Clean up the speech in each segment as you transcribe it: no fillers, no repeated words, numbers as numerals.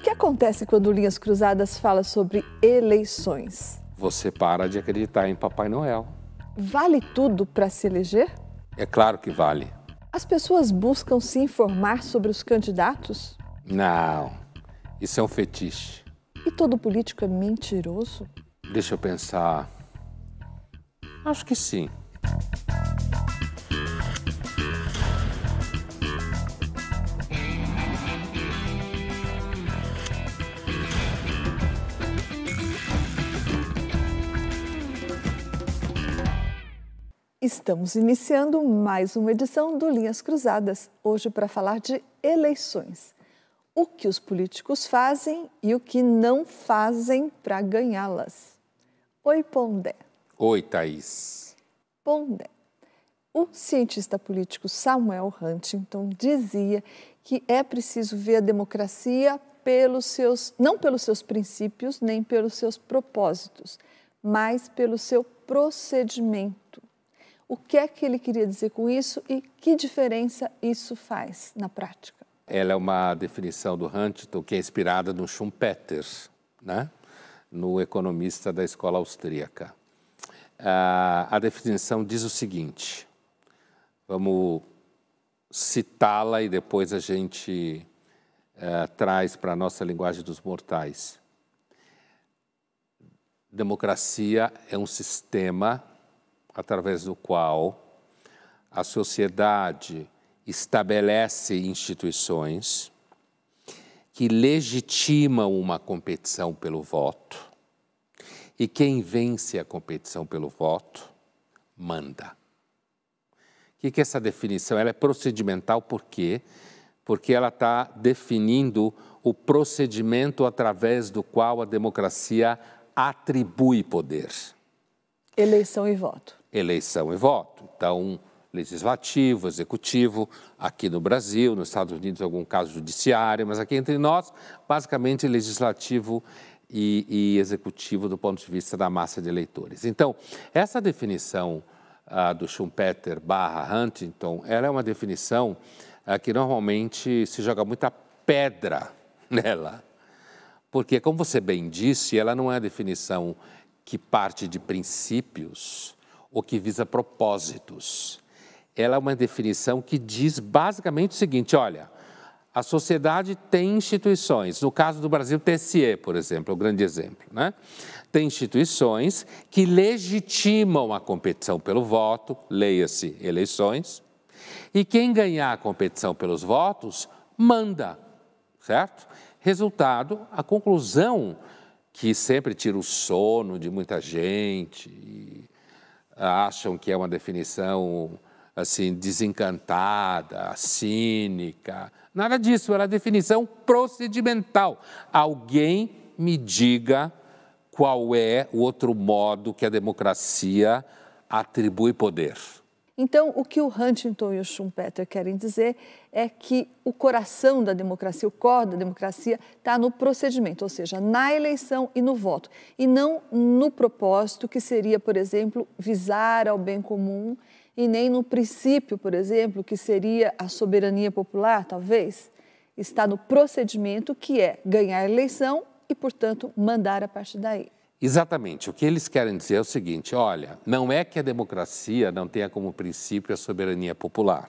que acontece quando Linhas Cruzadas fala sobre eleições? Você para de acreditar em Papai Noel. Vale tudo para se eleger? É claro que vale. As pessoas buscam se informar sobre os candidatos? Não, isso é um fetiche. E todo político é mentiroso? Deixa eu pensar. Acho que sim. Estamos iniciando mais uma edição do Linhas Cruzadas, hoje para falar de eleições. O que os políticos fazem e o que não fazem para ganhá-las. Oi, Pondé. Oi, Thaís. Pondé. O cientista político Samuel Huntington dizia que é preciso ver a democracia não pelos seus princípios nem pelos seus propósitos, mas pelo seu procedimento. O que é que ele queria dizer com isso e que diferença isso faz na prática? Ela é uma definição do Huntington que é inspirada no Schumpeter, né? No economista da escola austríaca. A definição diz o seguinte, vamos citá-la e depois a gente traz para a nossa linguagem dos mortais. Democracia é um sistema através do qual a sociedade estabelece instituições que legitimam uma competição pelo voto e quem vence a competição pelo voto manda. O que é essa definição? Ela é procedimental por quê? Porque ela está definindo o procedimento através do qual a democracia atribui poder. Eleição e voto. Eleição e voto. Então, legislativo, executivo, aqui no Brasil, nos Estados Unidos, algum caso judiciário, mas aqui entre nós, basicamente legislativo e executivo do ponto de vista da massa de eleitores. Então, essa definição do Schumpeter / Huntington, ela é uma definição que normalmente se joga muita pedra nela, porque, como você bem disse, ela não é a definição que parte de princípios ou que visa propósitos. Ela é uma definição que diz basicamente o seguinte, olha, a sociedade tem instituições, no caso do Brasil, TSE, por exemplo, é o grande exemplo, né? Tem instituições que legitimam a competição pelo voto, leia-se eleições, e quem ganhar a competição pelos votos, manda, certo? Resultado, a conclusão que sempre tira o sono de muita gente, e acham que é uma definição assim, desencantada, cínica. Nada disso, ela é definição procedimental. Alguém me diga qual é o outro modo que a democracia atribui poder. Então, o que o Huntington e o Schumpeter querem dizer é que o coração da democracia, o core da democracia, está no procedimento, ou seja, na eleição e no voto, e não no propósito, que seria, por exemplo, visar ao bem comum, e nem no princípio, por exemplo, que seria a soberania popular, talvez. Está no procedimento, que é ganhar a eleição e, portanto, mandar a partir daí. Exatamente. O que eles querem dizer é o seguinte, olha, não é que a democracia não tenha como princípio a soberania popular.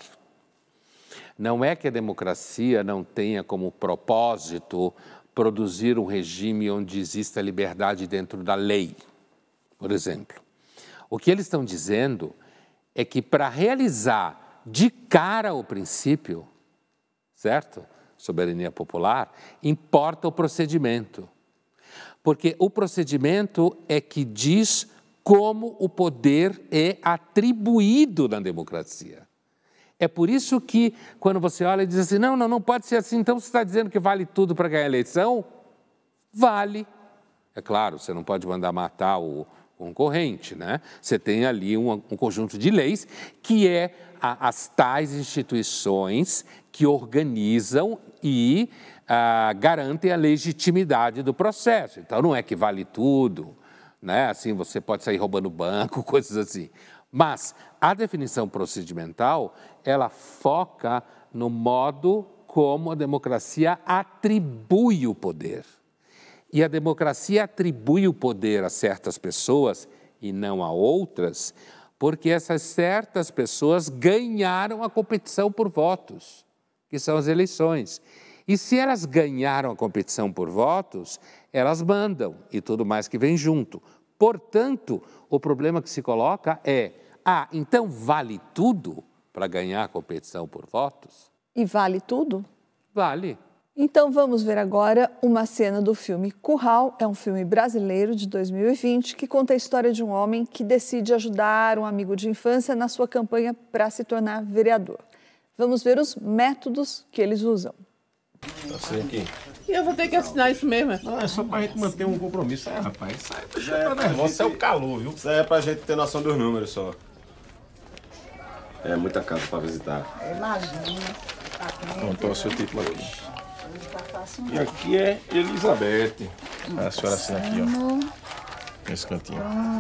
Não é que a democracia não tenha como propósito produzir um regime onde exista liberdade dentro da lei, por exemplo. O que eles estão dizendo é que para realizar de cara o princípio, certo? Soberania popular, importa o procedimento. Porque o procedimento é que diz como o poder é atribuído na democracia. É por isso que, quando você olha e diz assim, não pode ser assim, então você está dizendo que vale tudo para ganhar a eleição? Vale. É claro, você não pode mandar matar o concorrente, né? Você tem ali um conjunto de leis que é as tais instituições que organizam e garantem a legitimidade do processo. Então, não é que vale tudo, né? Assim, você pode sair roubando banco, coisas assim. Mas a definição procedimental, ela foca no modo como a democracia atribui o poder. E a democracia atribui o poder a certas pessoas e não a outras, porque essas certas pessoas ganharam a competição por votos, que são as eleições. E se elas ganharam a competição por votos, elas mandam e tudo mais que vem junto. Portanto, o problema que se coloca é, então vale tudo para ganhar a competição por votos? E vale tudo? Vale. Então vamos ver agora uma cena do filme Curral. É um filme brasileiro de 2020 que conta a história de um homem que decide ajudar um amigo de infância na sua campanha para se tornar vereador. Vamos ver os métodos que eles usam. Assim aqui. E eu vou ter que assinar isso mesmo? Não, é só pra gente manter um compromisso. Rapaz, isso é o calor, viu? Isso aí é pra gente ter noção dos números só. É muita casa pra visitar. Imagina. Pronto, o seu título aqui. E aqui é Elizabeth. A senhora assina aqui, ó. Nesse cantinho.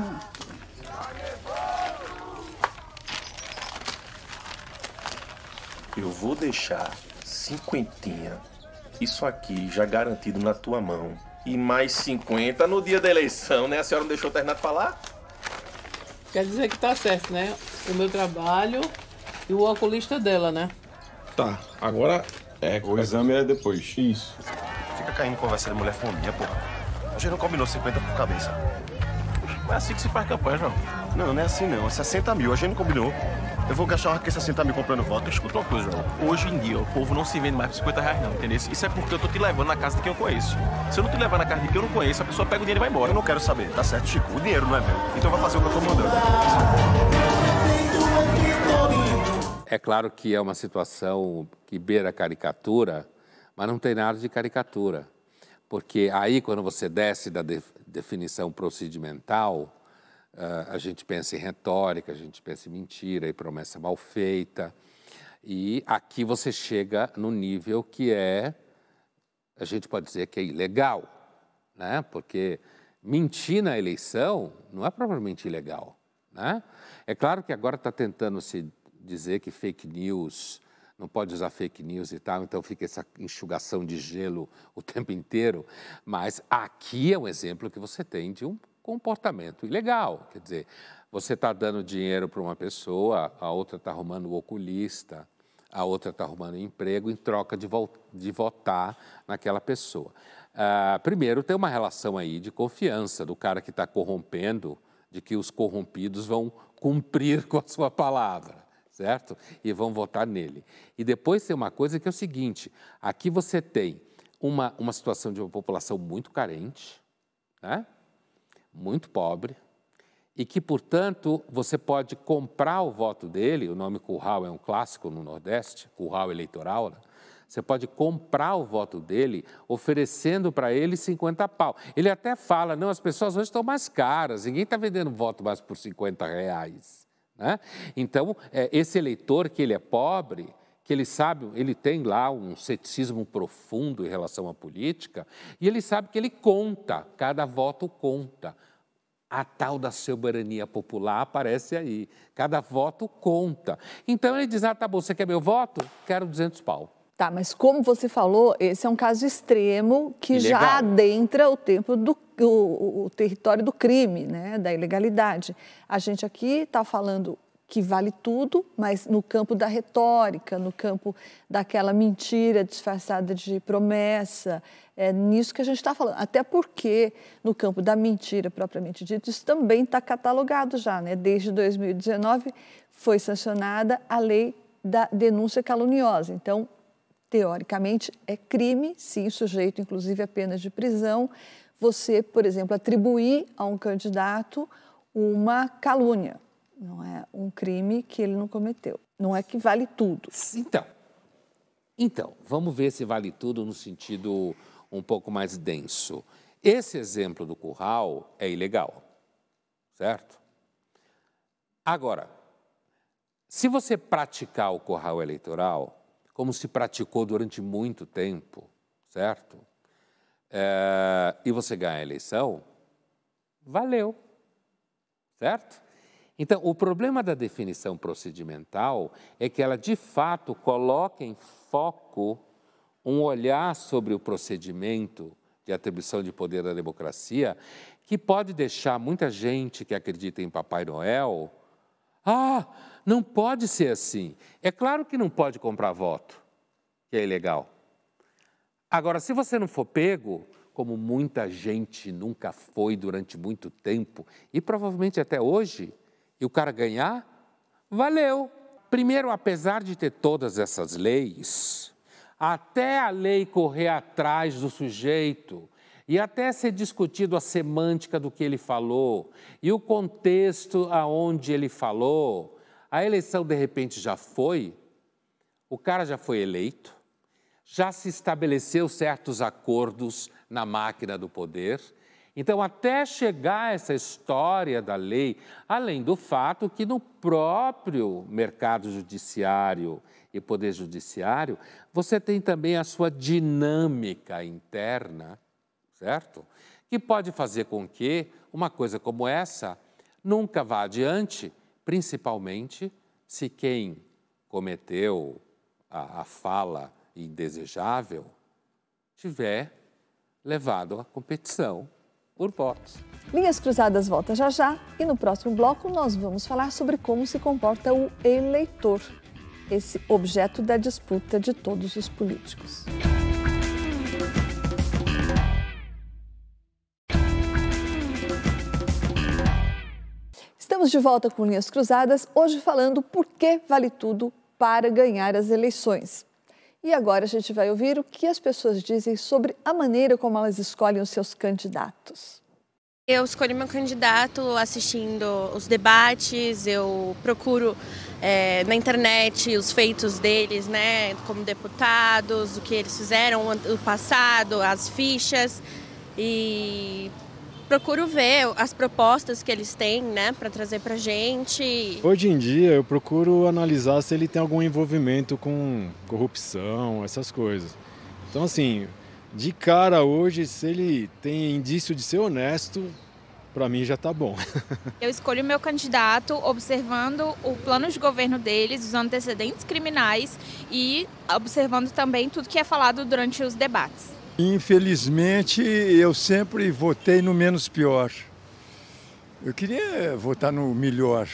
Eu vou deixar 50, isso aqui já garantido na tua mão. E mais 50 no dia da eleição, né? A senhora não deixou eu terminar de falar? Quer dizer que tá certo, né? O meu trabalho e o oculista dela, né? Tá, agora O exame é depois. Isso. Fica caindo conversa de mulher fominha, porra. A gente não combinou 50 por cabeça. Não é assim que se faz campanha, João. Não é assim não. É 60 mil, a gente não combinou. Eu vou gastar aqui 60 mil comprando voto. Escuta uma coisa, João. Hoje em dia, o povo não se vende mais por 50 reais, não, entendeu? Isso é porque eu tô te levando na casa de quem eu conheço. Se eu não te levar na casa de quem eu não conheço, a pessoa pega o dinheiro e vai embora. Eu não quero saber, tá certo, Chico? O dinheiro não é meu. Então vai fazer o que eu tô mandando. É claro que é uma situação que beira a caricatura, mas não tem nada de caricatura. Porque aí, quando você desce da definição procedimental, a gente pensa em retórica, a gente pensa em mentira e promessa mal feita. E aqui você chega no nível que a gente pode dizer que é ilegal, né? Porque mentir na eleição não é propriamente ilegal, né? É claro que agora está tentando se dizer que fake news, não pode usar fake news e tal, então fica essa enxugação de gelo o tempo inteiro, mas aqui é um exemplo que você tem de um comportamento ilegal, quer dizer, você está dando dinheiro para uma pessoa, a outra está arrumando o oculista, a outra está arrumando emprego em troca de votar naquela pessoa. Primeiro, tem uma relação aí de confiança do cara que está corrompendo, de que os corrompidos vão cumprir com a sua palavra, certo? E vão votar nele. E depois tem uma coisa que é o seguinte, aqui você tem uma situação de uma população muito carente, né? Muito pobre, e que, portanto, você pode comprar o voto dele, o nome curral é um clássico no Nordeste, curral eleitoral, né? Você pode comprar o voto dele oferecendo para ele 50 pau. Ele até fala, não, as pessoas hoje estão mais caras, ninguém está vendendo voto mais por 50 reais. Né? Então, esse eleitor que ele é pobre, que ele sabe, ele tem lá um ceticismo profundo em relação à política, e ele sabe que ele conta, cada voto conta. A tal da soberania popular aparece aí, cada voto conta. Então ele diz, tá bom, você quer meu voto? Quero 200 pau. Tá, mas como você falou, esse é um caso extremo que Ilegal. já adentra o território do crime, né, da ilegalidade. A gente aqui está falando que vale tudo, mas no campo da retórica, no campo daquela mentira disfarçada de promessa, é nisso que a gente está falando. Até porque no campo da mentira propriamente dito, isso também está catalogado já, né? Desde 2019 foi sancionada a lei da denúncia caluniosa. Então, teoricamente, é crime, sim, sujeito inclusive a penas de prisão, você, por exemplo, atribuir a um candidato uma calúnia. Não é um crime que ele não cometeu. Não é que vale tudo. Então, vamos ver se vale tudo no sentido um pouco mais denso. Esse exemplo do curral é ilegal, certo? Agora, se você praticar o curral eleitoral, como se praticou durante muito tempo, certo? E você ganha a eleição, valeu, certo? Então, o problema da definição procedimental é que ela, de fato, coloca em foco um olhar sobre o procedimento de atribuição de poder da democracia que pode deixar muita gente que acredita em Papai Noel, não pode ser assim. É claro que não pode comprar voto, que é ilegal. Agora, se você não for pego, como muita gente nunca foi durante muito tempo, e provavelmente até hoje, e o cara ganhar, valeu. Primeiro, apesar de ter todas essas leis, até a lei correr atrás do sujeito e até ser discutido a semântica do que ele falou e o contexto aonde ele falou, a eleição de repente já foi, o cara já foi eleito, já se estabeleceu certos acordos na máquina do poder. Então, até chegar essa história da lei, além do fato que no próprio mercado judiciário e poder judiciário, você tem também a sua dinâmica interna, certo? Que pode fazer com que uma coisa como essa nunca vá adiante, principalmente se quem cometeu a fala indesejável tiver levado à competição por votos. Linhas Cruzadas volta já já e no próximo bloco nós vamos falar sobre como se comporta o eleitor, esse objeto da disputa de todos os políticos. Estamos de volta com Linhas Cruzadas, hoje falando por que vale tudo para ganhar as eleições. E agora a gente vai ouvir o que as pessoas dizem sobre a maneira como elas escolhem os seus candidatos. Eu escolho meu candidato assistindo os debates, eu procuro na internet os feitos deles, né, como deputados, o que eles fizeram no passado, as fichas, e procuro ver as propostas que eles têm, né, para trazer para a gente. Hoje em dia eu procuro analisar se ele tem algum envolvimento com corrupção, essas coisas. Então, assim, de cara hoje, se ele tem indício de ser honesto, para mim já tá bom. Eu escolho o meu candidato observando o plano de governo deles, os antecedentes criminais e observando também tudo que é falado durante os debates. Infelizmente, eu sempre votei no menos pior. Eu queria votar no melhor,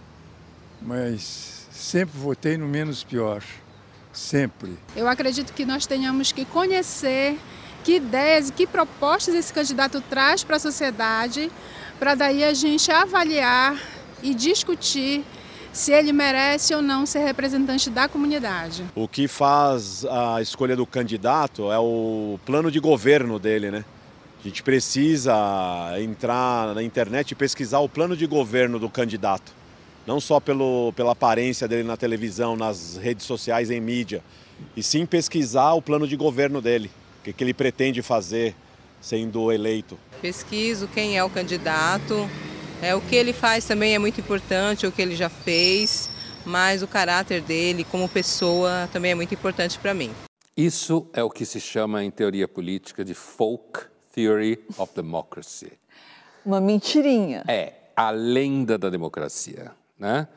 mas sempre votei no menos pior. Sempre. Eu acredito que nós tenhamos que conhecer que ideias e que propostas esse candidato traz para a sociedade, para daí a gente avaliar e discutir se ele merece ou não ser representante da comunidade. O que faz a escolha do candidato é o plano de governo dele, né? A gente precisa entrar na internet e pesquisar o plano de governo do candidato. Não só pela aparência dele na televisão, nas redes sociais, em mídia, e sim pesquisar o plano de governo dele, o que ele pretende fazer sendo eleito. Pesquiso quem é o candidato. O que ele faz também é muito importante, o que ele já fez, mas o caráter dele como pessoa também é muito importante para mim. Isso é o que se chama em teoria política de folk theory of democracy. Uma mentirinha. É, a lenda da democracia, né?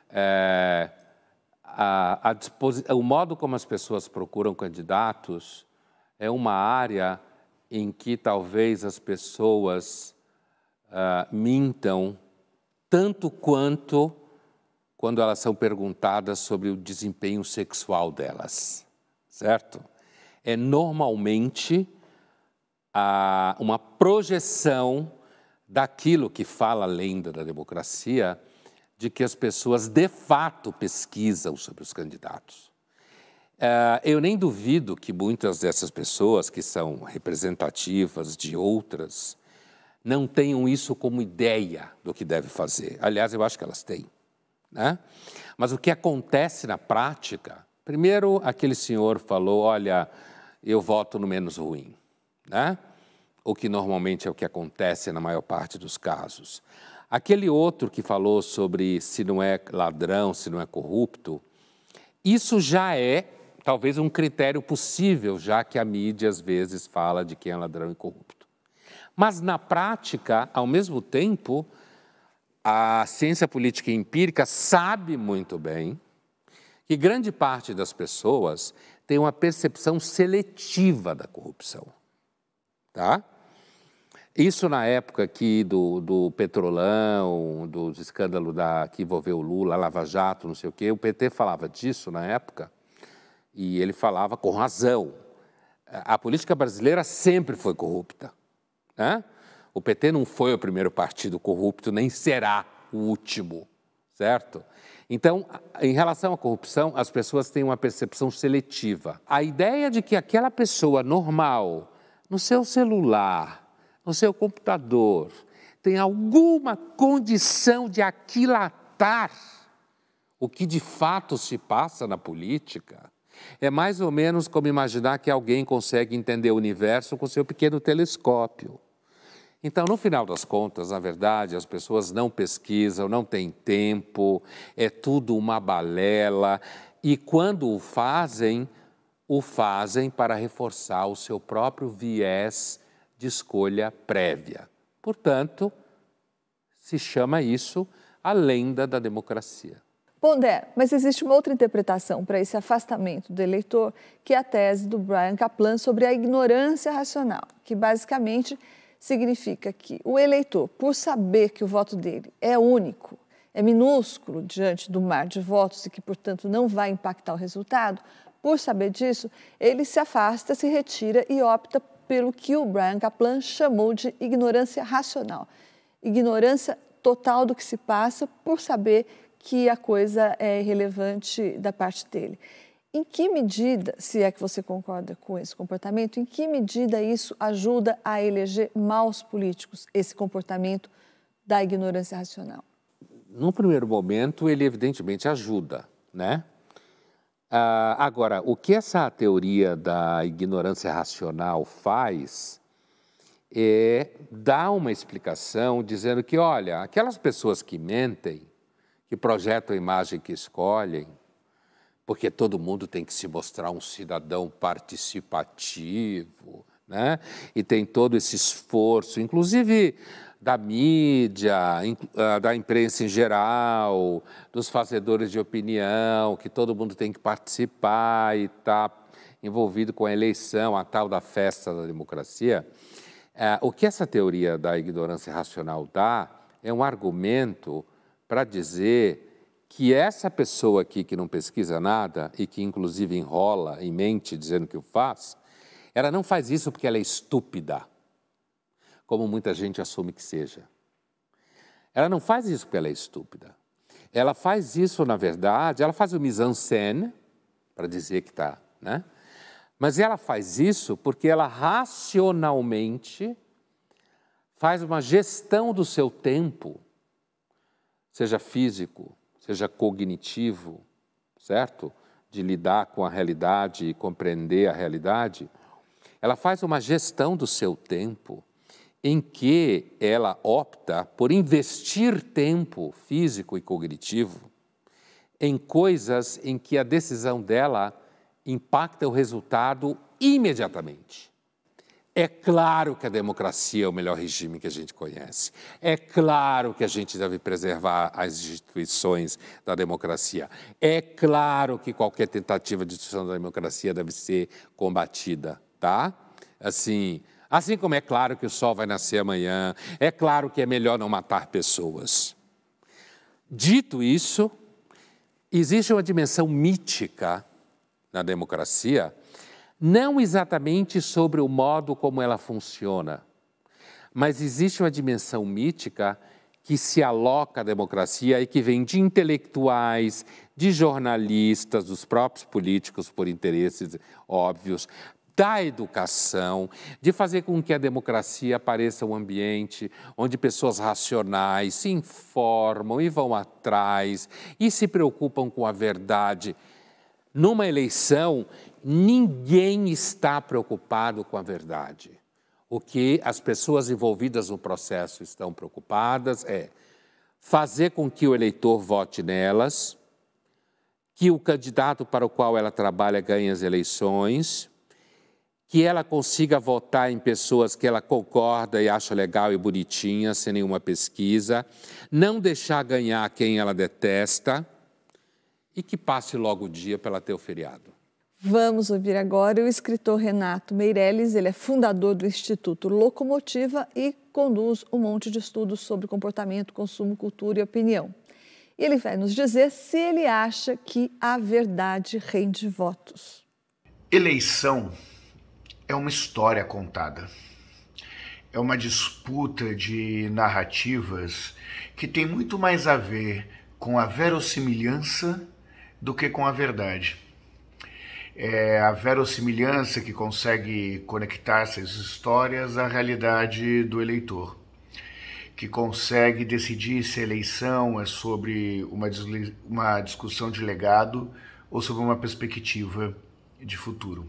O modo como as pessoas procuram candidatos é uma área em que talvez as pessoas mintam tanto quanto quando elas são perguntadas sobre o desempenho sexual delas, certo? É normalmente uma projeção daquilo que fala a lenda da democracia, de que as pessoas de fato pesquisam sobre os candidatos. Eu nem duvido que muitas dessas pessoas que são representativas de outras não tenham isso como ideia do que deve fazer. Aliás, eu acho que elas têm, né? Mas o que acontece na prática, primeiro aquele senhor falou, olha, eu voto no menos ruim, né? O que normalmente é o que acontece na maior parte dos casos. Aquele outro que falou sobre se não é ladrão, se não é corrupto, isso já é talvez um critério possível, já que a mídia às vezes fala de quem é ladrão e corrupto. Mas, na prática, ao mesmo tempo, a ciência política empírica sabe muito bem que grande parte das pessoas têm uma percepção seletiva da corrupção, tá? Isso na época aqui do Petrolão, dos escândalos que envolveu o Lula, Lava Jato, não sei o quê, o PT falava disso na época e ele falava com razão. A política brasileira sempre foi corrupta, né? O PT não foi o primeiro partido corrupto, nem será o último, certo? Então, em relação à corrupção, as pessoas têm uma percepção seletiva. A ideia de que aquela pessoa normal, no seu celular, no seu computador, tem alguma condição de aquilatar o que de fato se passa na política, é mais ou menos como imaginar que alguém consegue entender o universo com seu pequeno telescópio. Então, no final das contas, na verdade, as pessoas não pesquisam, não têm tempo, é tudo uma balela, e quando o fazem para reforçar o seu próprio viés de escolha prévia. Portanto, se chama isso a lenda da democracia. Pondé, mas existe uma outra interpretação para esse afastamento do eleitor, que é a tese do Bryan Caplan sobre a ignorância racional, que basicamente significa que o eleitor, por saber que o voto dele é único, é minúsculo diante do mar de votos e que, portanto, não vai impactar o resultado, por saber disso, ele se afasta, se retira e opta pelo que o Bryan Caplan chamou de ignorância racional. Ignorância total do que se passa por saber que a coisa é irrelevante da parte dele. Em que medida, se é que você concorda com esse comportamento, em que medida isso ajuda a eleger maus políticos, esse comportamento da ignorância racional? No primeiro momento, ele evidentemente ajuda, né? Agora, o que essa teoria da ignorância racional faz é dar uma explicação dizendo que, olha, aquelas pessoas que mentem, que projetam a imagem que escolhem, porque todo mundo tem que se mostrar um cidadão participativo, né? E tem todo esse esforço, inclusive da mídia, da imprensa em geral, dos fazedores de opinião, que todo mundo tem que participar e estar envolvido com a eleição, a tal da festa da democracia. O que essa teoria da ignorância racional dá é um argumento para dizer que essa pessoa aqui que não pesquisa nada e que inclusive enrola e mente dizendo que o faz, ela não faz isso porque ela é estúpida, como muita gente assume que seja. Ela não faz isso porque ela é estúpida. Ela faz isso, na verdade, ela faz o mise-en-scène, para dizer que está, né? Mas ela faz isso porque ela racionalmente faz uma gestão do seu tempo, seja físico, seja cognitivo, certo? De lidar com a realidade e compreender a realidade. Ela faz uma gestão do seu tempo em que ela opta por investir tempo físico e cognitivo em coisas em que a decisão dela impacta o resultado imediatamente. É claro que a democracia é o melhor regime que a gente conhece. É claro que a gente deve preservar as instituições da democracia. É claro que qualquer tentativa de destruição da democracia deve ser combatida, tá? Assim como é claro que o sol vai nascer amanhã, é claro que é melhor não matar pessoas. Dito isso, existe uma dimensão mítica na democracia, não exatamente sobre o modo como ela funciona, mas existe uma dimensão mítica que se aloca à democracia e que vem de intelectuais, de jornalistas, dos próprios políticos por interesses óbvios, da educação, de fazer com que a democracia pareça um ambiente onde pessoas racionais se informam e vão atrás e se preocupam com a verdade. Numa eleição, ninguém está preocupado com a verdade. O que as pessoas envolvidas no processo estão preocupadas é fazer com que o eleitor vote nelas, que o candidato para o qual ela trabalha ganhe as eleições, que ela consiga votar em pessoas que ela concorda e acha legal e bonitinha, sem nenhuma pesquisa, não deixar ganhar quem ela detesta e que passe logo o dia para ela ter o feriado. Vamos ouvir agora o escritor Renato Meirelles. Ele é fundador do Instituto Locomotiva e conduz um monte de estudos sobre comportamento, consumo, cultura e opinião. Ele vai nos dizer se ele acha que a verdade rende votos. Eleição é uma história contada. É uma disputa de narrativas que tem muito mais a ver com a verossimilhança do que com a verdade. É a verossimilhança que consegue conectar essas histórias à realidade do eleitor, que consegue decidir se a eleição é sobre uma discussão de legado ou sobre uma perspectiva de futuro.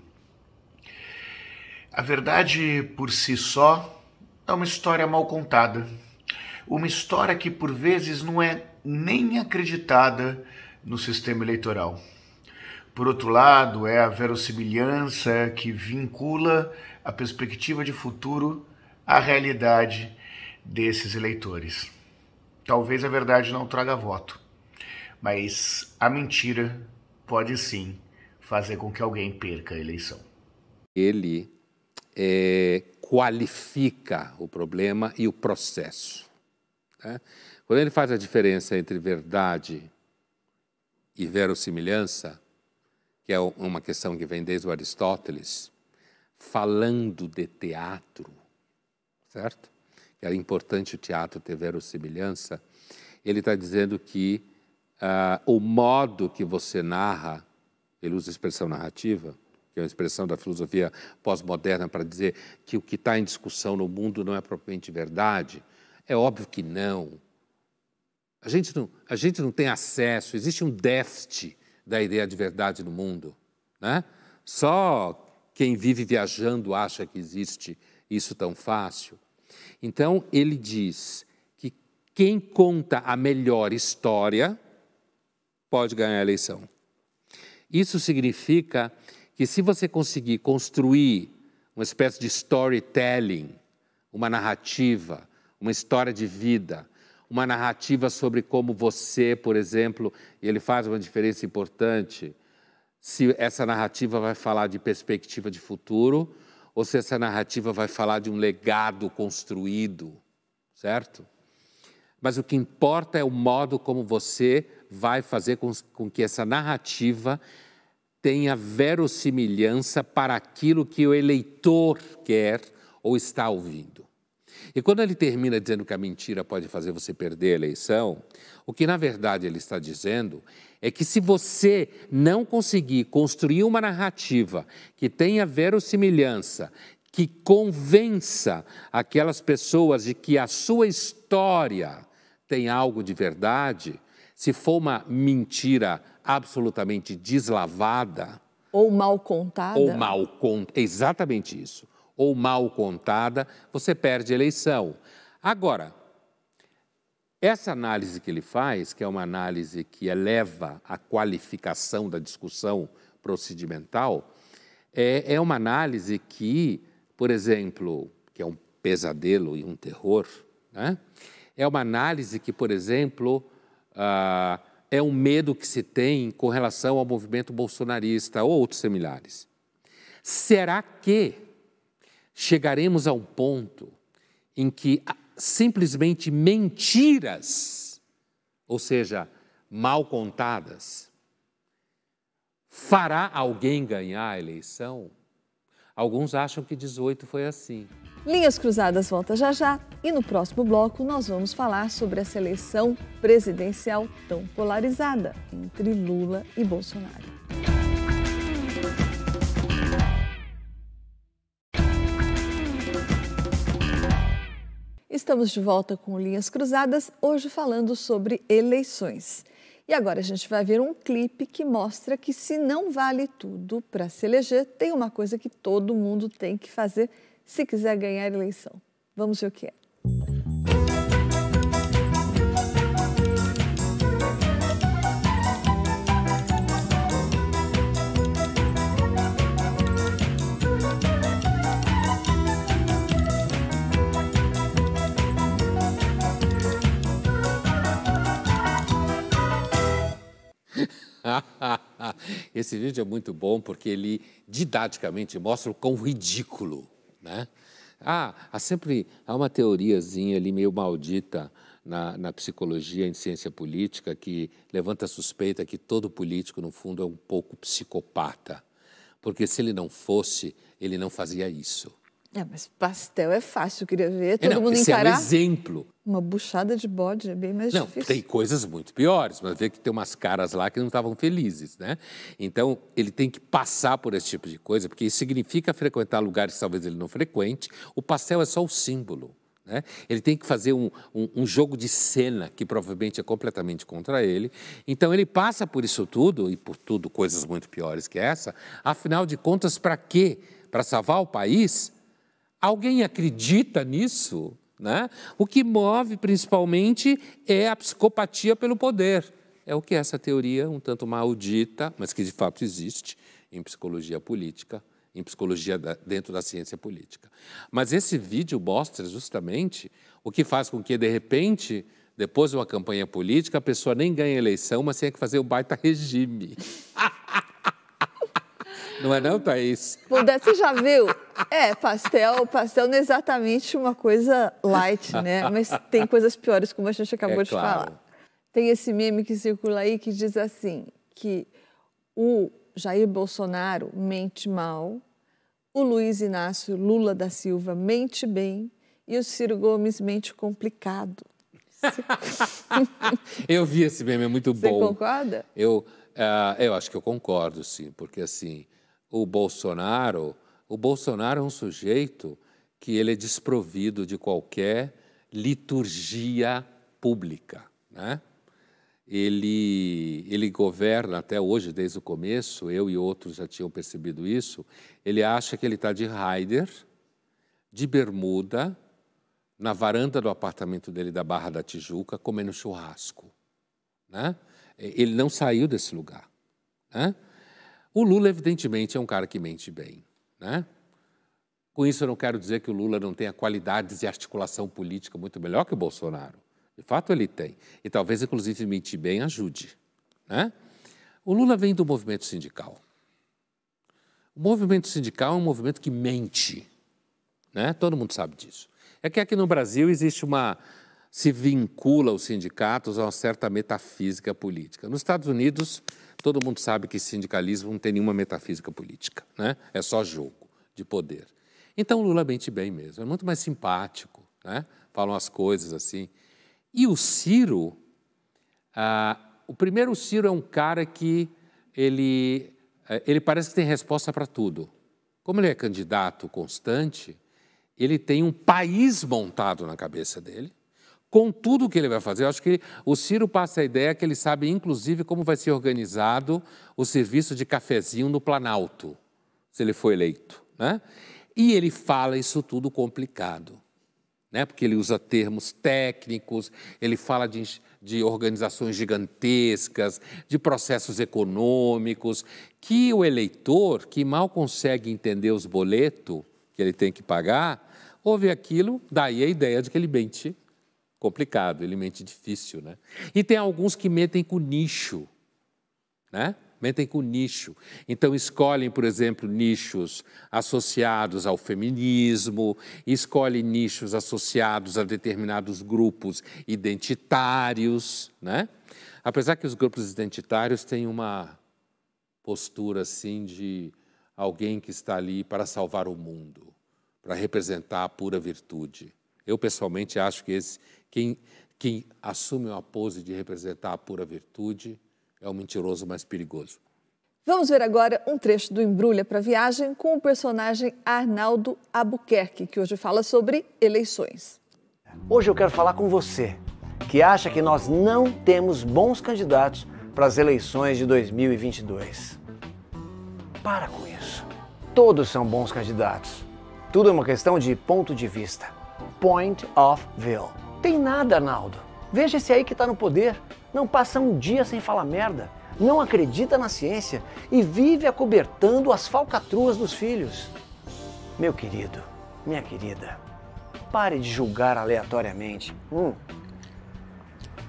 A verdade, por si só, é uma história mal contada, uma história que, por vezes, não é nem acreditada no sistema eleitoral. Por outro lado, é a verossimilhança que vincula a perspectiva de futuro à realidade desses eleitores. Talvez a verdade não traga voto, mas a mentira pode sim fazer com que alguém perca a eleição. Ele qualifica o problema e o processo, né? Quando ele faz a diferença entre verdade e verossimilhança, que é uma questão que vem desde o Aristóteles, falando de teatro, certo? Que era importante o teatro ter verossimilhança, ele está dizendo que o modo que você narra, ele usa a expressão narrativa, que é uma expressão da filosofia pós-moderna para dizer que o que está em discussão no mundo não é propriamente verdade. É óbvio que não. A gente não tem acesso, existe um déficit da ideia de verdade no mundo, né? Só quem vive viajando acha que existe isso tão fácil. Então, ele diz que quem conta a melhor história pode ganhar a eleição. Isso significa que se você conseguir construir uma espécie de storytelling, uma narrativa, uma história de vida, uma narrativa sobre como você, por exemplo, e ele faz uma diferença importante, se essa narrativa vai falar de perspectiva de futuro ou se essa narrativa vai falar de um legado construído, certo? Mas o que importa é o modo como você vai fazer com que essa narrativa tenha verossimilhança para aquilo que o eleitor quer ou está ouvindo. E quando ele termina dizendo que a mentira pode fazer você perder a eleição, o que na verdade ele está dizendo é que se você não conseguir construir uma narrativa que tenha verossimilhança, que convença aquelas pessoas de que a sua história tem algo de verdade, se for uma mentira absolutamente deslavada... Ou mal contada. Ou mal contada, exatamente isso. Ou mal contada, você perde a eleição. Agora, essa análise que ele faz, que é uma análise que eleva a qualificação da discussão procedimental, é uma análise que, por exemplo, que é um pesadelo e um terror, né? É uma análise que, por exemplo, é um medo que se tem com relação ao movimento bolsonarista ou outros similares. Será que chegaremos a um ponto em que simplesmente mentiras, ou seja, mal contadas, fará alguém ganhar a eleição? Alguns acham que 18 foi assim. Linhas Cruzadas volta já já e no próximo bloco nós vamos falar sobre essa eleição presidencial tão polarizada entre Lula e Bolsonaro. Estamos de volta com Linhas Cruzadas, hoje falando sobre eleições. E agora a gente vai ver um clipe que mostra que se não vale tudo para se eleger, tem uma coisa que todo mundo tem que fazer se quiser ganhar a eleição. Vamos ver o que é. Esse vídeo é muito bom porque ele didaticamente mostra o quão ridículo, né? Há uma teoriazinha ali meio maldita na psicologia, em ciência política, que levanta a suspeita que todo político, no fundo, é um pouco psicopata. Porque se ele não fosse, ele não fazia isso. Mas pastel é fácil, eu queria ver todo mundo encarar. É um exemplo. Uma buchada de bode é bem mais difícil. Tem coisas muito piores, mas vê que tem umas caras lá que não estavam felizes, né? Então, ele tem que passar por esse tipo de coisa, porque isso significa frequentar lugares que talvez ele não frequente. O pastel é só o símbolo, né? Ele tem que fazer um jogo de cena que provavelmente é completamente contra ele. Então, ele passa por isso tudo, e por tudo coisas muito piores que essa. Afinal de contas, para quê? Para salvar o país? Alguém acredita nisso? Né? O que move, principalmente, é a psicopatia pelo poder. É o que essa teoria, um tanto maldita, mas que de fato existe em psicologia política, em psicologia dentro da ciência política. Mas esse vídeo mostra justamente o que faz com que, de repente, depois de uma campanha política, a pessoa nem ganhe eleição, mas tenha que fazer o baita regime. Não é não, Thaís? Você já viu? Pastel não é exatamente uma coisa light, né? Mas tem coisas piores, como a gente acabou de falar. Tem esse meme que circula aí que diz assim, que o Jair Bolsonaro mente mal, o Luiz Inácio Lula da Silva mente bem e o Ciro Gomes mente complicado. Eu vi esse meme, é muito bom. Você concorda? Eu acho que eu concordo, sim, porque assim... O Bolsonaro é um sujeito que ele é desprovido de qualquer liturgia pública, né? Ele governa até hoje, desde o começo, eu e outros já tinham percebido isso, ele acha que ele está de Raider, de bermuda, na varanda do apartamento dele da Barra da Tijuca, comendo churrasco, né? Ele não saiu desse lugar, né? O Lula, evidentemente, é um cara que mente bem, né? Com isso, eu não quero dizer que o Lula não tenha qualidades de articulação política muito melhor que o Bolsonaro. De fato, ele tem. E talvez, inclusive, mentir bem ajude, né? O Lula vem do movimento sindical. O movimento sindical é um movimento que mente, né? Todo mundo sabe disso. É que aqui no Brasil existe se vincula os sindicatos a uma certa metafísica política. Nos Estados Unidos... Todo mundo sabe que sindicalismo não tem nenhuma metafísica política, né? É só jogo de poder. Então, o Lula mente bem mesmo, é muito mais simpático, né? Falam as coisas assim. E o Ciro, o Ciro é um cara que ele parece que tem resposta para tudo. Como ele é candidato constante, ele tem um país montado na cabeça dele, com tudo o que ele vai fazer. Eu acho que o Ciro passa a ideia que ele sabe, inclusive, como vai ser organizado o serviço de cafezinho no Planalto, se ele for eleito, né? E ele fala isso tudo complicado, né? Porque ele usa termos técnicos, ele fala de organizações gigantescas, de processos econômicos, que o eleitor, que mal consegue entender os boletos que ele tem que pagar, ouve aquilo, daí a ideia de que ele mente complicado, ele mente difícil, né? E tem alguns que mentem com nicho, né? Mentem com nicho. Então, escolhem, por exemplo, nichos associados ao feminismo, escolhem nichos associados a determinados grupos identitários, né? Apesar que os grupos identitários têm uma postura, assim, de alguém que está ali para salvar o mundo, para representar a pura virtude. Eu, pessoalmente, acho que quem assume uma pose de representar a pura virtude é o mentiroso mais perigoso. Vamos ver agora um trecho do Embrulha para Viagem com o personagem Arnaldo Albuquerque, que hoje fala sobre eleições. Hoje eu quero falar com você, que acha que nós não temos bons candidatos para as eleições de 2022. Para com isso. Todos são bons candidatos. Tudo é uma questão de ponto de vista. Point of view. Tem nada, Arnaldo. Veja esse aí que está no poder. Não passa um dia sem falar merda. Não acredita na ciência e vive acobertando as falcatruas dos filhos. Meu querido, minha querida, pare de julgar aleatoriamente.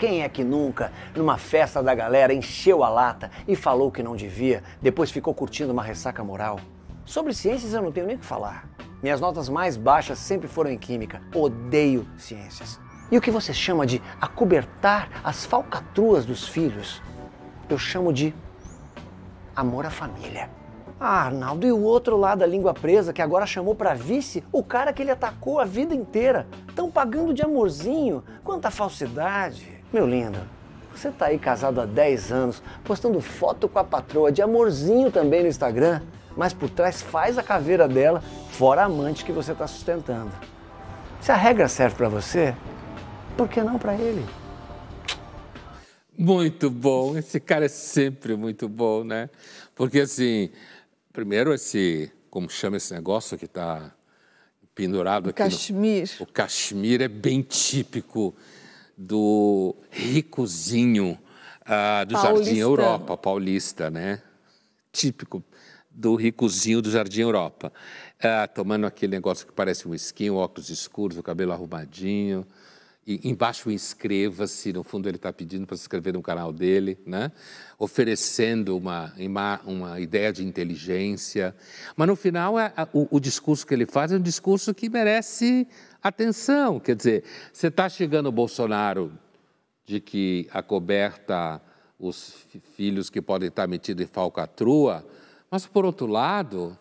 Quem é que nunca, numa festa da galera, encheu a lata e falou que não devia, depois ficou curtindo uma ressaca moral? Sobre ciências eu não tenho nem o que falar. Minhas notas mais baixas sempre foram em química. Odeio ciências. E o que você chama de acobertar as falcatruas dos filhos, eu chamo de amor à família. Ah, Arnaldo, e o outro lado da língua presa que agora chamou pra vice o cara que ele atacou a vida inteira? Estão pagando de amorzinho. Quanta falsidade. Meu lindo, você tá aí casado há 10 anos, postando foto com a patroa de amorzinho também no Instagram, mas por trás faz a caveira dela, fora a amante que você tá sustentando. Se a regra serve pra você, por que não pra ele? Muito bom. Esse cara é sempre muito bom, né? Porque, assim, primeiro como chama esse negócio que está pendurado aqui? Cachemir. O cachemir é bem típico do ricozinho do Jardim Europa, paulista, né? Típico do ricozinho do Jardim Europa. Tomando aquele negócio que parece um skin, óculos escuros, o cabelo arrumadinho. E embaixo inscreva-se, no fundo ele está pedindo para se inscrever no canal dele, né? Oferecendo uma ideia de inteligência. Mas no final o discurso que ele faz é um discurso que merece atenção. Quer dizer, você está chegando o Bolsonaro de que acoberta os filhos que podem estar metidos em falcatrua, mas por outro lado,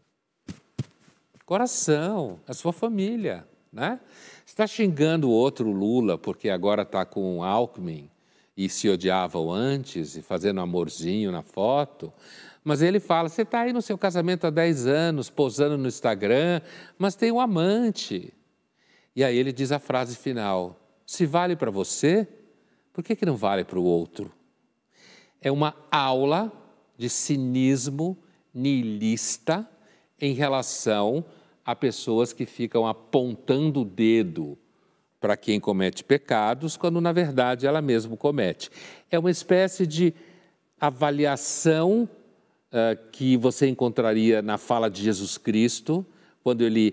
coração, a sua família, né? Está xingando o outro Lula porque agora está com o Alckmin e se odiavam antes e fazendo amorzinho na foto, mas ele fala, você está aí no seu casamento há 10 anos, posando no Instagram, mas tem um amante. E aí ele diz a frase final, se vale para você, por que não vale para o outro? É uma aula de cinismo niilista em relação a pessoas que ficam apontando o dedo para quem comete pecados, quando, na verdade, ela mesma comete. É uma espécie de avaliação que você encontraria na fala de Jesus Cristo, quando ele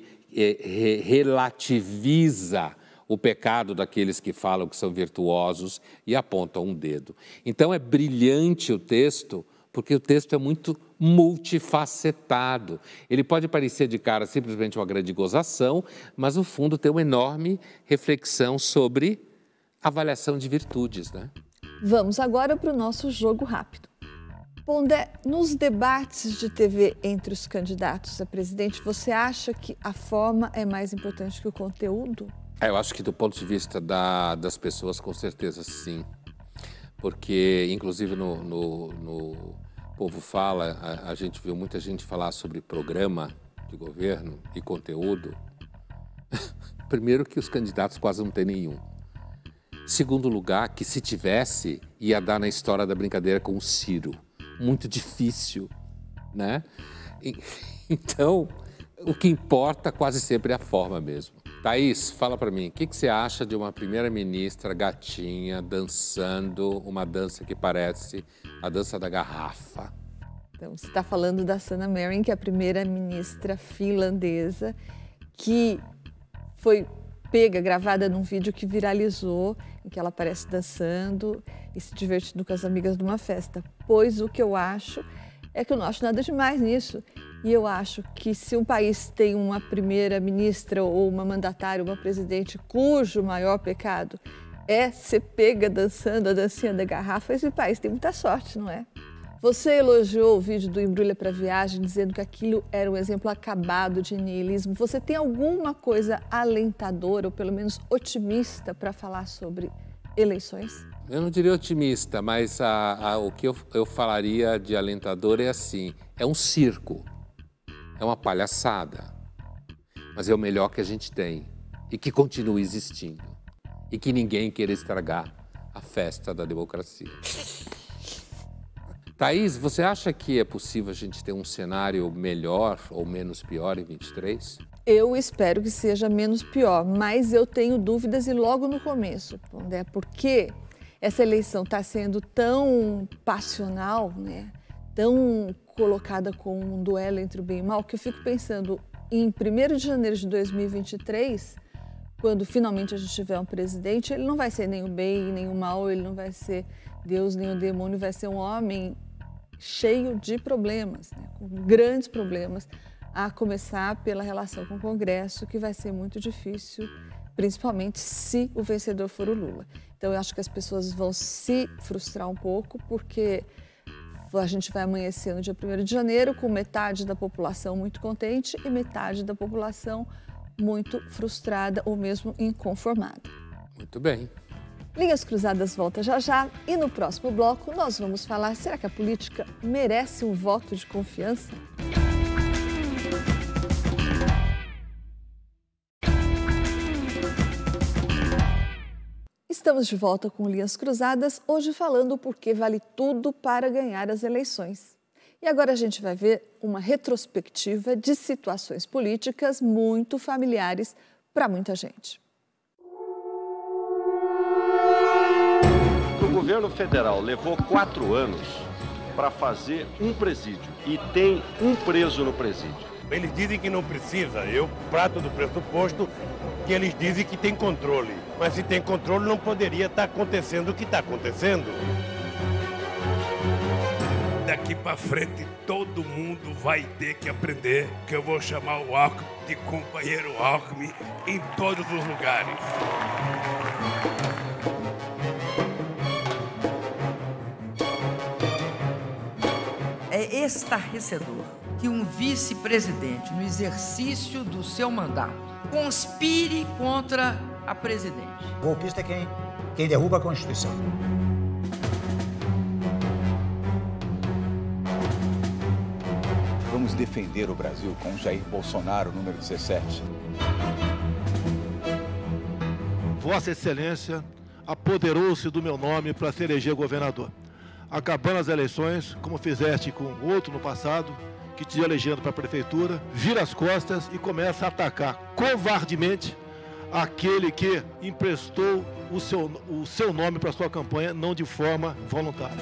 relativiza o pecado daqueles que falam que são virtuosos e apontam um dedo. Então, é brilhante o texto, porque o texto é muito multifacetado. Ele pode parecer de cara simplesmente uma grande gozação, mas no fundo tem uma enorme reflexão sobre avaliação de virtudes, né? Vamos agora para o nosso jogo rápido. Pondé, nos debates de TV entre os candidatos a presidente, você acha que a forma é mais importante que o conteúdo? Eu acho que do ponto de vista das pessoas, com certeza sim. Porque, inclusive, no Povo Fala, a gente viu muita gente falar sobre programa de governo e conteúdo. Primeiro que os candidatos quase não têm nenhum. Segundo lugar, que se tivesse, ia dar na história da brincadeira com o Ciro. Muito difícil, né? Então, o que importa quase sempre é a forma mesmo. Thaís, fala para mim, o que você acha de uma primeira-ministra gatinha dançando uma dança que parece a dança da garrafa? Então, você está falando da Sanna Marin, que é a primeira-ministra finlandesa, que foi gravada num vídeo que viralizou, em que ela aparece dançando e se divertindo com as amigas numa festa. Pois o que eu acho é que eu não acho nada demais nisso. E eu acho que se um país tem uma primeira-ministra ou uma mandatária, uma presidente, cujo maior pecado é ser pega dançando a dancinha da garrafa, esse país tem muita sorte, não é? Você elogiou o vídeo do Embrulha para Viagem, dizendo que aquilo era um exemplo acabado de niilismo. Você tem alguma coisa alentadora, ou pelo menos otimista, para falar sobre eleições? Eu não diria otimista, mas o que eu falaria de alentador é assim, é um circo, é uma palhaçada, mas é o melhor que a gente tem e que continua existindo e que ninguém queira estragar a festa da democracia. Thaís, você acha que é possível a gente ter um cenário melhor ou menos pior em 23? Eu espero que seja menos pior, mas eu tenho dúvidas e logo no começo, Pondé, porque essa eleição está sendo tão passional, né? Tão colocada como um duelo entre o bem e o mal, que eu fico pensando em 1º de janeiro de 2023, quando finalmente a gente tiver um presidente, ele não vai ser nem o bem, nem o mal, ele não vai ser Deus, nem o demônio, vai ser um homem cheio de problemas, né? Com grandes problemas, a começar pela relação com o Congresso, que vai ser muito difícil, principalmente se o vencedor for o Lula. Então, eu acho que as pessoas vão se frustrar um pouco, porque a gente vai amanhecer no dia 1º de janeiro com metade da população muito contente e metade da população muito frustrada ou mesmo inconformada. Muito bem. Linhas Cruzadas volta já já e no próximo bloco nós vamos falar, será que a política merece um voto de confiança? Estamos de volta com Linhas Cruzadas, hoje falando por que vale tudo para ganhar as eleições. E agora a gente vai ver uma retrospectiva de situações políticas muito familiares para muita gente. O governo federal levou 4 anos para fazer um presídio e tem um preso no presídio. Eles dizem que não precisa, eu parto do pressuposto que eles dizem que tem controle. Mas se tem controle, não poderia estar acontecendo o que está acontecendo. Daqui para frente, todo mundo vai ter que aprender que eu vou chamar o Alckmin de companheiro Alckmin em todos os lugares. É estarrecedor que um vice-presidente, no exercício do seu mandato, conspire contra a presidente. Golpista é quem derruba a Constituição. Vamos defender o Brasil com Jair Bolsonaro, número 17. Vossa Excelência apoderou-se do meu nome para se eleger governador. Acabando as eleições, como fizeste com outro no passado, que te elegendo para a prefeitura, vira as costas e começa a atacar covardemente aquele que emprestou o seu nome para a sua campanha, não de forma voluntária.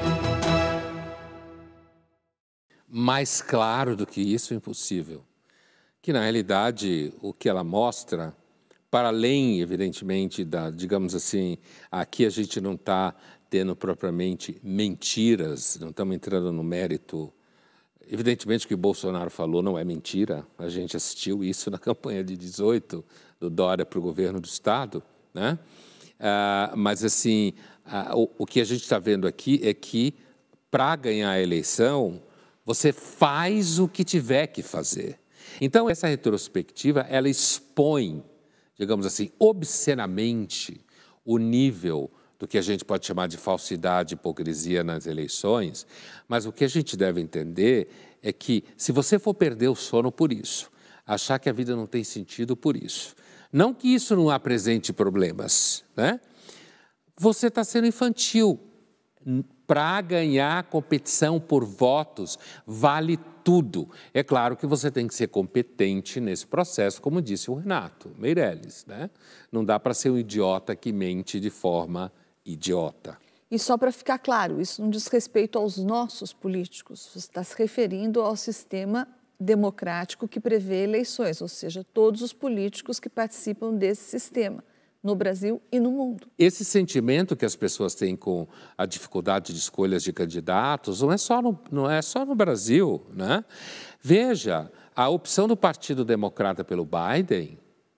Mais claro do que isso, impossível. Que, na realidade, o que ela mostra, para além, evidentemente, digamos assim, aqui a gente não está tendo propriamente mentiras, não estamos entrando no mérito. Evidentemente, o que o Bolsonaro falou não é mentira, a gente assistiu isso na campanha de 18, do Dória para o governo do Estado, né? Mas, assim, o que a gente está vendo aqui é que, para ganhar a eleição, você faz o que tiver que fazer. Então, essa retrospectiva, ela expõe, digamos assim, obscenamente o nível do que a gente pode chamar de falsidade e hipocrisia nas eleições, mas o que a gente deve entender é que, se você for perder o sono por isso, achar que a vida não tem sentido por isso, não que isso não apresente problemas, né? Você está sendo infantil. Para ganhar a competição por votos, vale tudo. É claro que você tem que ser competente nesse processo, como disse o Renato Meirelles, né? Não dá para ser um idiota que mente de forma idiota. E só para ficar claro, isso não diz respeito aos nossos políticos, você está se referindo ao sistema democrático que prevê eleições, ou seja, todos os políticos que participam desse sistema, no Brasil e no mundo. Esse sentimento que as pessoas têm com a dificuldade de escolhas de candidatos não é só no Brasil, né? Veja, a opção do Partido Democrata pelo Biden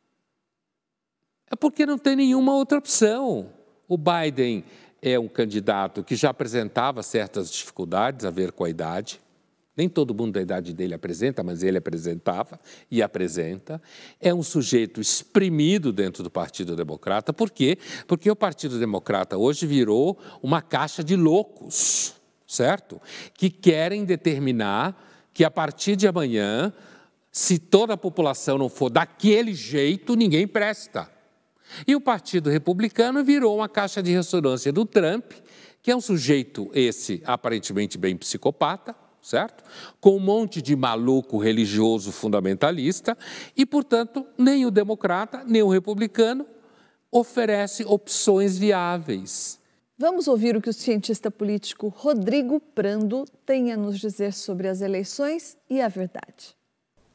é porque não tem nenhuma outra opção. O Biden é um candidato que já apresentava certas dificuldades a ver com a idade. Nem todo mundo da idade dele apresenta, mas ele apresentava e apresenta. É um sujeito exprimido dentro do Partido Democrata. Por quê? Porque o Partido Democrata hoje virou uma caixa de loucos, certo? Que querem determinar que, a partir de amanhã, se toda a população não for daquele jeito, ninguém presta. E o Partido Republicano virou uma caixa de ressonância do Trump, que é um sujeito, esse, aparentemente bem psicopata, certo? Com um monte de maluco religioso fundamentalista e, portanto, nem o democrata, nem o republicano oferece opções viáveis. Vamos ouvir o que o cientista político Rodrigo Prando tem a nos dizer sobre as eleições e a verdade.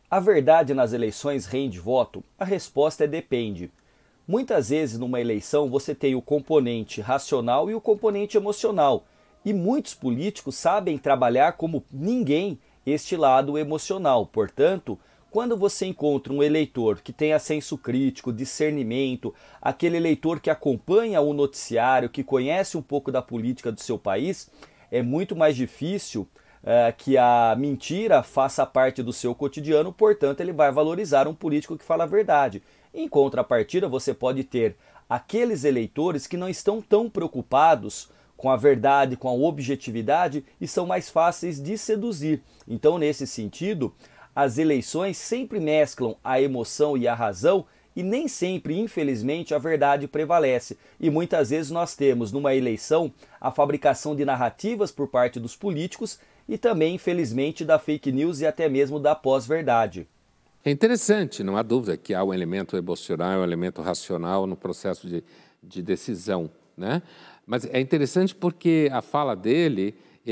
A verdade nas eleições rende voto? A resposta é depende. Muitas vezes numa eleição você tem o componente racional e o componente emocional. E muitos políticos sabem trabalhar como ninguém este lado emocional. Portanto, quando você encontra um eleitor que tenha senso crítico, discernimento, aquele eleitor que acompanha o noticiário, que conhece um pouco da política do seu país, é muito mais difícil que a mentira faça parte do seu cotidiano, portanto ele vai valorizar um político que fala a verdade. Em contrapartida, você pode ter aqueles eleitores que não estão tão preocupados com a verdade, com a objetividade e são mais fáceis de seduzir. Então, nesse sentido, as eleições sempre mesclam a emoção e a razão e nem sempre, infelizmente, a verdade prevalece. E muitas vezes nós temos numa eleição a fabricação de narrativas por parte dos políticos e também, infelizmente, da fake news e até mesmo da pós-verdade. É interessante, não há dúvida que há um elemento emocional, um elemento racional no processo de decisão, né? Mas é interessante porque a fala dele,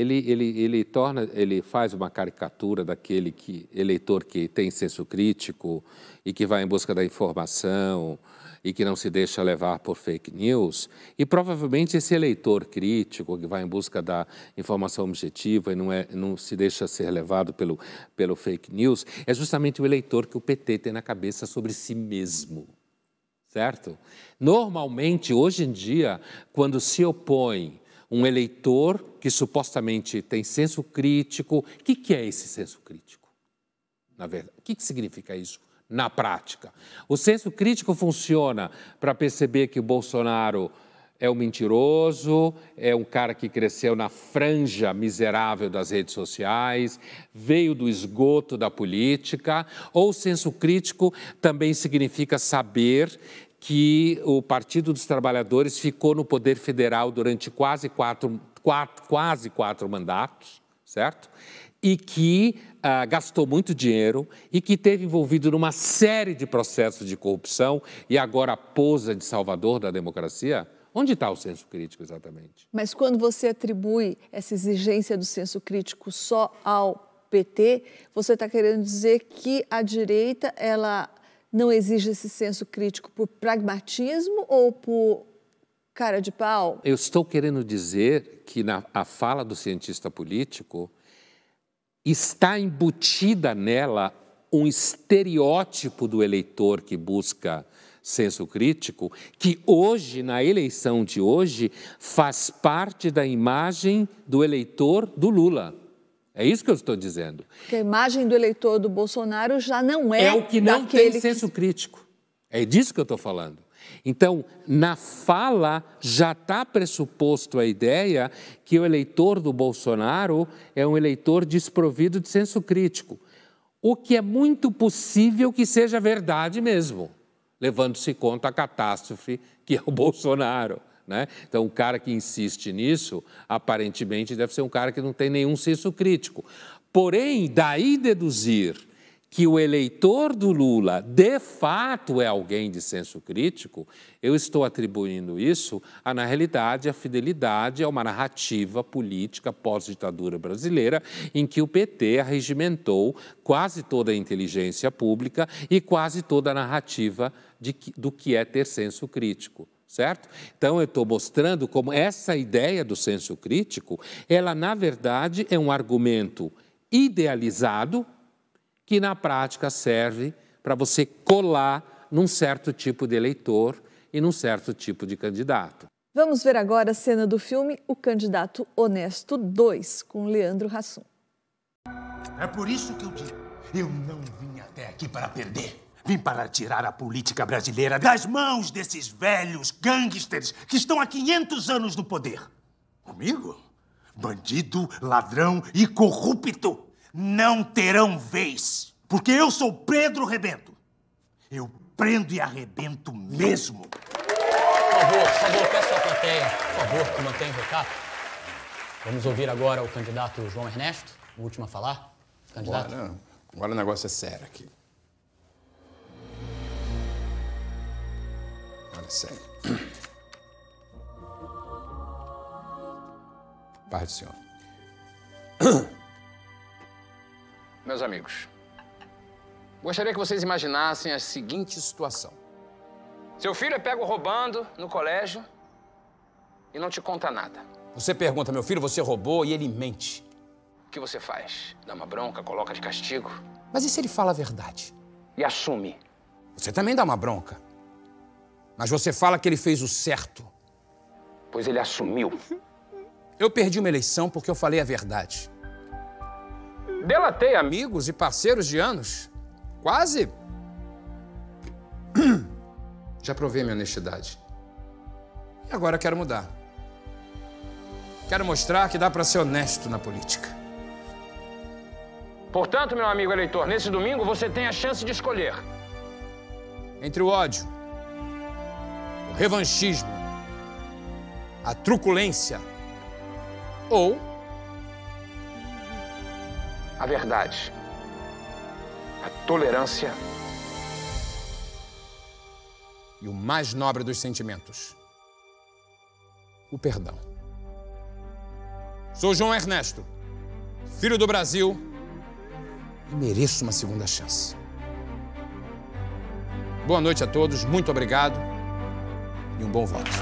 ele faz uma caricatura daquele eleitor que tem senso crítico e que vai em busca da informação e que não se deixa levar por fake news. E provavelmente esse eleitor crítico que vai em busca da informação objetiva e não se deixa ser levado pelo fake news é justamente o eleitor que o PT tem na cabeça sobre si mesmo. Certo? Normalmente, hoje em dia, quando se opõe um eleitor que supostamente tem senso crítico, o que é esse senso crítico? Na verdade, o que significa isso na prática? O senso crítico funciona para perceber que o Bolsonaro é um mentiroso, é um cara que cresceu na franja miserável das redes sociais, veio do esgoto da política, ou o senso crítico também significa saber que o Partido dos Trabalhadores ficou no poder federal durante quase quatro mandatos, certo? E que gastou muito dinheiro e que esteve envolvido numa série de processos de corrupção e agora posa de salvador da democracia. Onde está o senso crítico exatamente? Mas quando você atribui essa exigência do senso crítico só ao PT, você está querendo dizer que a direita, ela não exige esse senso crítico por pragmatismo ou por cara de pau? Eu estou querendo dizer que a fala do cientista político está embutida nela um estereótipo do eleitor que busca senso crítico, que hoje, na eleição de hoje, faz parte da imagem do eleitor do Lula. É isso que eu estou dizendo. Porque a imagem do eleitor do Bolsonaro já não é o que não tem senso crítico. É disso que eu estou falando. Então, na fala já está pressuposto a ideia que o eleitor do Bolsonaro é um eleitor desprovido de senso crítico. O que é muito possível que seja verdade mesmo, levando-se em conta a catástrofe que é o Bolsonaro. Né? Então, o cara que insiste nisso, aparentemente, deve ser um cara que não tem nenhum senso crítico. Porém, daí deduzir que o eleitor do Lula, de fato, é alguém de senso crítico, eu estou atribuindo isso, na realidade, a fidelidade a uma narrativa política pós-ditadura brasileira, em que o PT arregimentou quase toda a inteligência pública e quase toda a narrativa do que é ter senso crítico. Certo? Então, eu estou mostrando como essa ideia do senso crítico, ela, na verdade, é um argumento idealizado que, na prática, serve para você colar num certo tipo de eleitor e num certo tipo de candidato. Vamos ver agora a cena do filme O Candidato Honesto 2, com Leandro Hassum. É por isso que eu digo, eu não vim até aqui para perder. Vim para tirar a política brasileira das mãos desses velhos gangsters que estão há 500 anos no poder. Comigo? Bandido, ladrão e corrupto não terão vez. Porque eu sou Pedro Rebento. Eu prendo e arrebento mesmo. Por favor, peço à plateia, por favor, que mantenha o recato. Vamos ouvir agora o candidato João Ernesto, o último a falar. Candidato. Agora o negócio é sério aqui. Olha, sério. Paz do Senhor. Meus amigos, Gostaria que vocês imaginassem a seguinte situação. Seu filho é pego roubando no colégio e não te conta nada. Você pergunta, meu filho, você roubou, e ele mente. O que você faz? Dá uma bronca, coloca de castigo? Mas e se ele fala a verdade? E assume? Você também dá uma bronca. Mas você fala que ele fez o certo. Pois ele assumiu. Eu perdi uma eleição porque eu falei a verdade. Delatei amigos e parceiros de anos. Quase. Já provei minha honestidade. E agora quero mudar. Quero mostrar que dá para ser honesto na política. Portanto, meu amigo eleitor, nesse domingo você tem a chance de escolher entre o ódio, o revanchismo, a truculência ou a verdade, a tolerância e o mais nobre dos sentimentos, o perdão. Sou João Ernesto, filho do Brasil, e mereço uma segunda chance. Boa noite a todos, muito obrigado e um bom voto.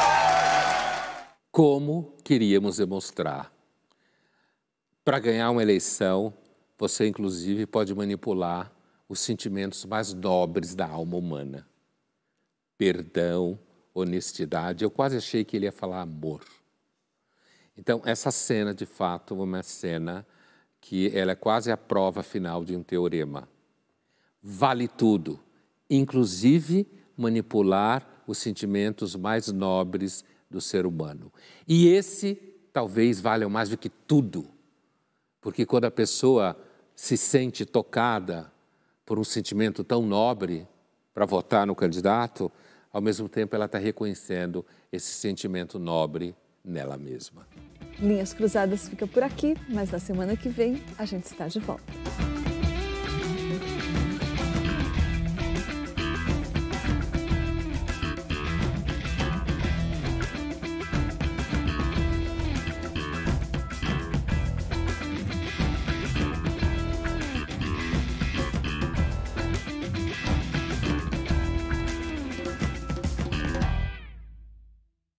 Como queríamos demonstrar? Para ganhar uma eleição, você inclusive pode manipular os sentimentos mais nobres da alma humana. Perdão, honestidade. Eu quase achei que ele ia falar amor. Então, essa cena, de fato, é uma cena que ela é quase a prova final de um teorema. Vale tudo, inclusive manipular os sentimentos mais nobres do ser humano. E esse talvez valha mais do que tudo, porque quando a pessoa se sente tocada por um sentimento tão nobre para votar no candidato, ao mesmo tempo ela está reconhecendo esse sentimento nobre nela mesma. Linhas Cruzadas fica por aqui, mas na semana que vem a gente está de volta.